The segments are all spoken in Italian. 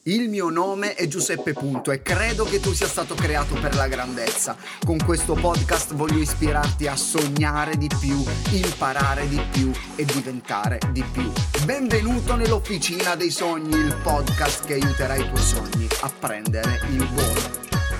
Il mio nome è Giuseppe Punto e credo che tu sia stato creato per la grandezza. Con questo podcast voglio ispirarti a sognare di più, imparare di più e diventare di più. Benvenuto nell'Officina dei Sogni, il podcast che aiuterà i tuoi sogni a prendere il volo.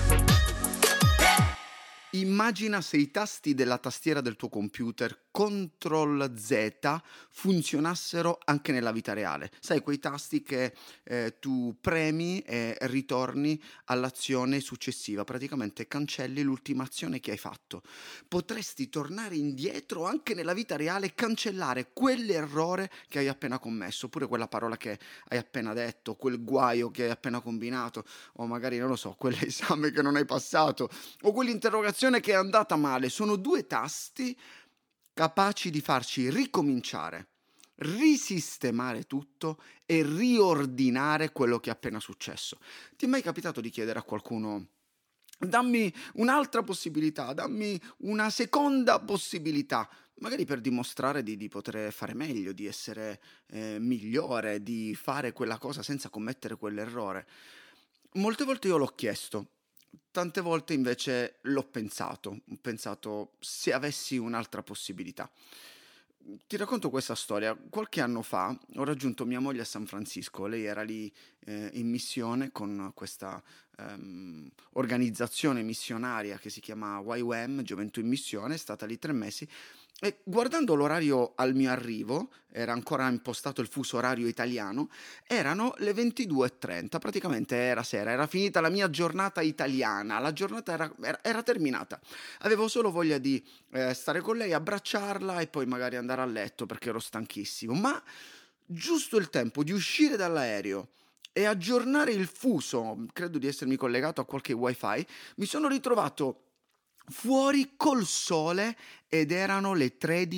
Immagina se i tasti della tastiera del tuo computer Ctrl Z funzionassero anche nella vita reale. Sai, quei tasti che tu premi e ritorni all'azione successiva, praticamente cancelli l'ultima azione che hai fatto. Potresti tornare indietro anche nella vita reale e cancellare quell'errore che hai appena commesso, oppure quella parola che hai appena detto, quel guaio che hai appena combinato, o magari, non lo so, quell'esame che non hai passato, o quell'interrogazione che è andata male. Sono due tasti capaci di farci ricominciare, risistemare tutto e riordinare quello che è appena successo. Ti è mai capitato di chiedere a qualcuno: dammi un'altra possibilità, dammi una seconda possibilità, magari per dimostrare di poter fare meglio, di essere migliore, di fare quella cosa senza commettere quell'errore? Molte volte io l'ho chiesto. Tante volte invece ho pensato se avessi un'altra possibilità. Ti racconto questa storia. Qualche anno fa ho raggiunto mia moglie a San Francisco. Lei era lì in missione con questa organizzazione missionaria che si chiama YWAM, Gioventù in Missione. È stata lì 3 mesi. E guardando l'orario al mio arrivo, era ancora impostato il fuso orario italiano, erano le 22:30, praticamente era sera, era finita la mia giornata italiana, la giornata era terminata. Avevo solo voglia di stare con lei, abbracciarla e poi magari andare a letto perché ero stanchissimo, ma giusto il tempo di uscire dall'aereo e aggiornare il fuso, credo di essermi collegato a qualche wifi, mi sono ritrovato fuori col sole ed erano le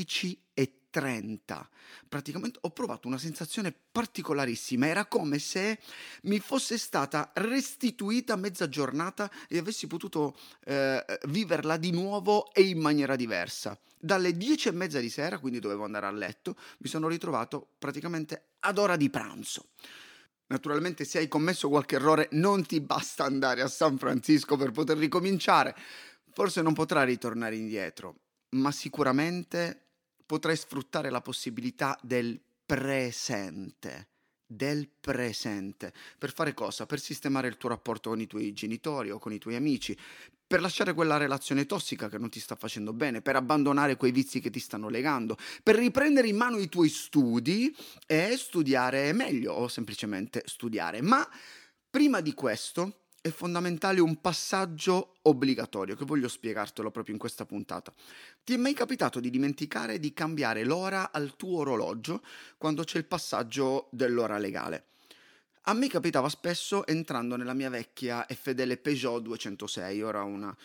13:30. Praticamente ho provato una sensazione particolarissima, era come se mi fosse stata restituita mezza giornata e avessi potuto viverla di nuovo e in maniera diversa. Dalle 10:30 di sera, quindi dovevo andare a letto, mi sono ritrovato praticamente ad ora di pranzo. Naturalmente, se hai commesso qualche errore, non ti basta andare a San Francisco per poter ricominciare. Forse non potrai ritornare indietro, ma sicuramente potrai sfruttare la possibilità del presente. Del presente. Per fare cosa? Per sistemare il tuo rapporto con i tuoi genitori o con i tuoi amici, per lasciare quella relazione tossica che non ti sta facendo bene, per abbandonare quei vizi che ti stanno legando, per riprendere in mano i tuoi studi e studiare meglio o semplicemente studiare. Ma prima di questo è fondamentale un passaggio obbligatorio che voglio spiegartelo proprio in questa puntata. Ti è mai capitato di dimenticare di cambiare l'ora al tuo orologio quando c'è il passaggio dell'ora legale? A me capitava spesso entrando nella mia vecchia e fedele Peugeot 206, ora una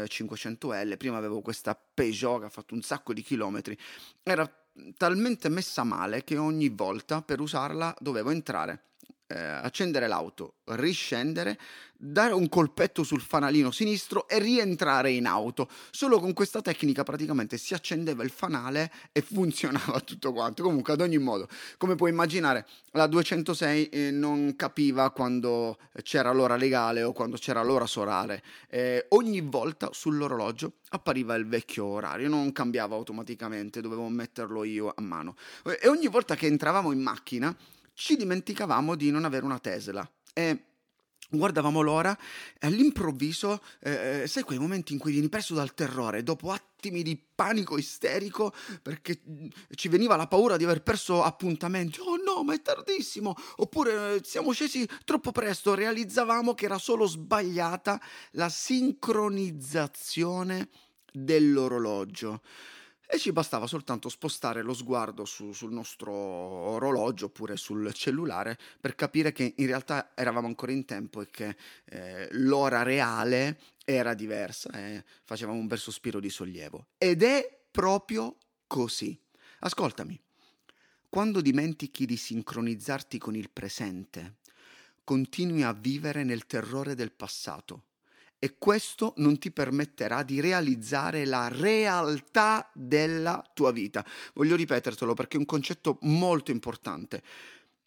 500L. Prima avevo questa Peugeot che ha fatto un sacco di chilometri. Era talmente messa male che ogni volta per usarla dovevo entrare, accendere l'auto, riscendere, dare un colpetto sul fanalino sinistro e rientrare in auto. Solo con questa tecnica praticamente si accendeva il fanale e funzionava tutto quanto. Comunque, ad ogni modo, come puoi immaginare, la 206 non capiva quando c'era l'ora legale o quando c'era l'ora solare. Ogni volta sull'orologio appariva il vecchio orario, non cambiava automaticamente, dovevo metterlo io a mano. E ogni volta che entravamo in macchina ci dimenticavamo di non avere una Tesla e guardavamo l'ora e all'improvviso, sai quei momenti in cui vieni preso dal terrore, dopo attimi di panico isterico perché ci veniva la paura di aver perso appuntamenti. Oh no, ma è tardissimo! Oppure siamo scesi troppo presto, realizzavamo che era solo sbagliata la sincronizzazione dell'orologio. E ci bastava soltanto spostare lo sguardo sul nostro orologio oppure sul cellulare per capire che in realtà eravamo ancora in tempo e che l'ora reale era diversa e facevamo un bel sospiro di sollievo. Ed è proprio così. Ascoltami, quando dimentichi di sincronizzarti con il presente, continui a vivere nel terrore del passato. E questo non ti permetterà di realizzare la realtà della tua vita. Voglio ripetertelo perché è un concetto molto importante.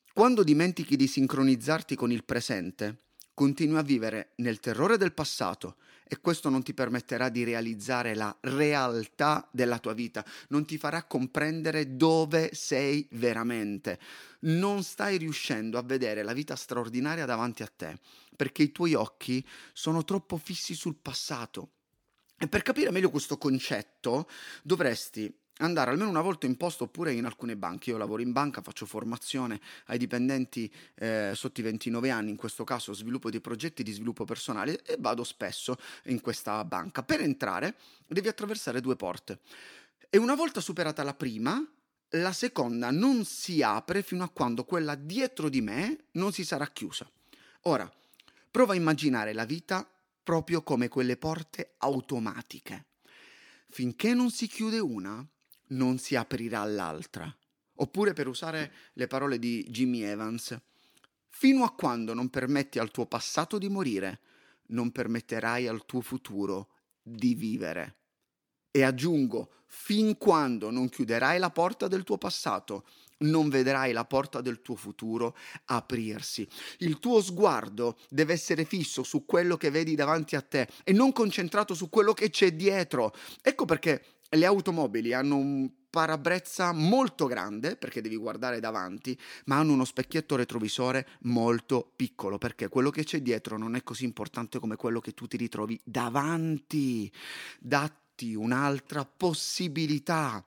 Quando dimentichi di sincronizzarti con il presente, continui a vivere nel terrore del passato e questo non ti permetterà di realizzare la realtà della tua vita, non ti farà comprendere dove sei veramente. Non stai riuscendo a vedere la vita straordinaria davanti a te perché i tuoi occhi sono troppo fissi sul passato. E per capire meglio questo concetto dovresti andare almeno una volta in posto oppure in alcune banche. Io lavoro in banca, faccio formazione ai dipendenti sotto i 29 anni, in questo caso sviluppo dei progetti di sviluppo personale e vado spesso in questa banca. Per entrare devi attraversare 2 porte e una volta superata la prima, la seconda non si apre fino a quando quella dietro di me non si sarà chiusa. Ora, prova a immaginare la vita proprio come quelle porte automatiche. Finché non si chiude una, non si aprirà l'altra. Oppure, per usare le parole di Jimmy Evans, fino a quando non permetti al tuo passato di morire, non permetterai al tuo futuro di vivere. E aggiungo, fin quando non chiuderai la porta del tuo passato, non vedrai la porta del tuo futuro aprirsi. Il tuo sguardo deve essere fisso su quello che vedi davanti a te e non concentrato su quello che c'è dietro. Ecco perché le automobili hanno un parabrezza molto grande, perché devi guardare davanti, ma hanno uno specchietto retrovisore molto piccolo, perché quello che c'è dietro non è così importante come quello che tu ti ritrovi davanti. Datti un'altra possibilità.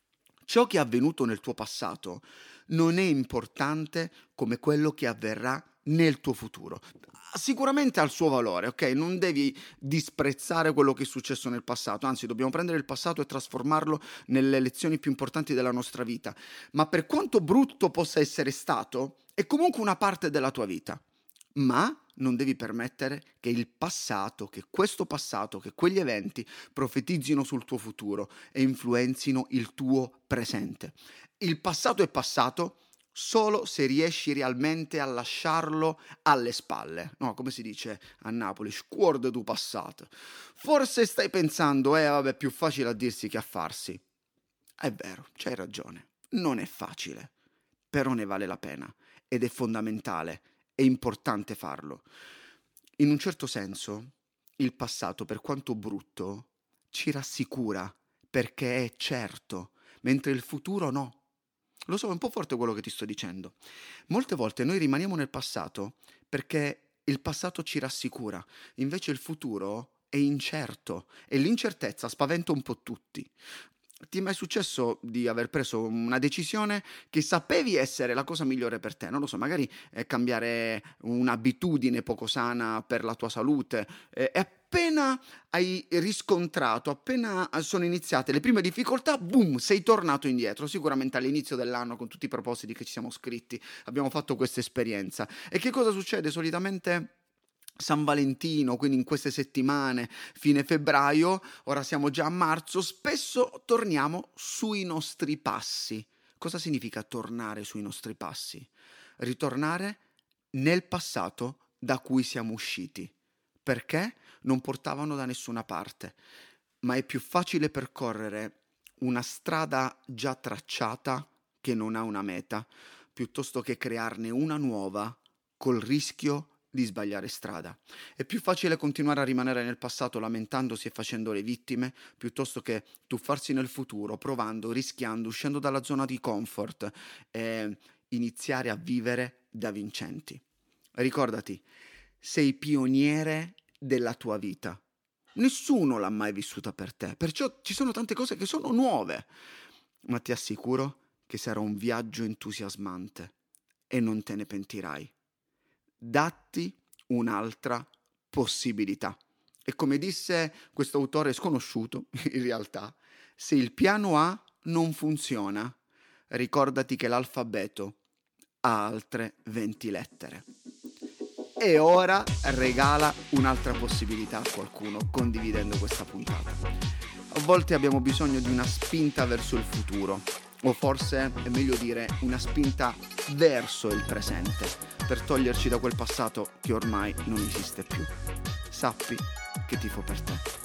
Ciò che è avvenuto nel tuo passato non è importante come quello che avverrà nel tuo futuro. Sicuramente ha il suo valore, ok? Non devi disprezzare quello che è successo nel passato, anzi dobbiamo prendere il passato e trasformarlo nelle lezioni più importanti della nostra vita. Ma per quanto brutto possa essere stato, è comunque una parte della tua vita. Ma non devi permettere che il passato, che questo passato, che quegli eventi profetizzino sul tuo futuro e influenzino il tuo presente. Il passato è passato solo se riesci realmente a lasciarlo alle spalle. No, come si dice a Napoli, scuordo du passato. Forse stai pensando, vabbè, più facile a dirsi che a farsi. È vero, c'hai ragione, non è facile, però ne vale la pena ed è fondamentale. È importante farlo. In un certo senso, il passato, per quanto brutto, ci rassicura perché è certo, mentre il futuro no. Lo so, è un po' forte quello che ti sto dicendo. Molte volte noi rimaniamo nel passato perché il passato ci rassicura, invece il futuro è incerto e l'incertezza spaventa un po' tutti. Ti è mai successo di aver preso una decisione che sapevi essere la cosa migliore per te? Non lo so, magari cambiare un'abitudine poco sana per la tua salute e appena hai riscontrato, appena sono iniziate le prime difficoltà, boom, sei tornato indietro. Sicuramente all'inizio dell'anno con tutti i propositi che ci siamo scritti abbiamo fatto questa esperienza. E che cosa succede? Solitamente San Valentino, quindi in queste settimane, fine febbraio, ora siamo già a marzo, spesso torniamo sui nostri passi. Cosa significa tornare sui nostri passi? Ritornare nel passato da cui siamo usciti. Perché? Non portavano da nessuna parte. Ma è più facile percorrere una strada già tracciata che non ha una meta, piuttosto che crearne una nuova col rischio di sbagliare strada. È più facile continuare a rimanere nel passato lamentandosi e facendo le vittime, piuttosto che tuffarsi nel futuro, provando, rischiando, uscendo dalla zona di comfort e iniziare a vivere da vincenti. Ricordati, sei pioniere della tua vita. Nessuno l'ha mai vissuta per te, perciò ci sono tante cose che sono nuove, ma ti assicuro che sarà un viaggio entusiasmante e non te ne pentirai. Datti un'altra possibilità. E come disse questo autore sconosciuto, in realtà, se il piano A non funziona, ricordati che l'alfabeto ha altre 20 lettere. E ora regala un'altra possibilità a qualcuno condividendo questa puntata. A volte abbiamo bisogno di una spinta verso il futuro, o forse è meglio dire una spinta verso il presente, per toglierci da quel passato che ormai non esiste più. Sappi che tifo per te.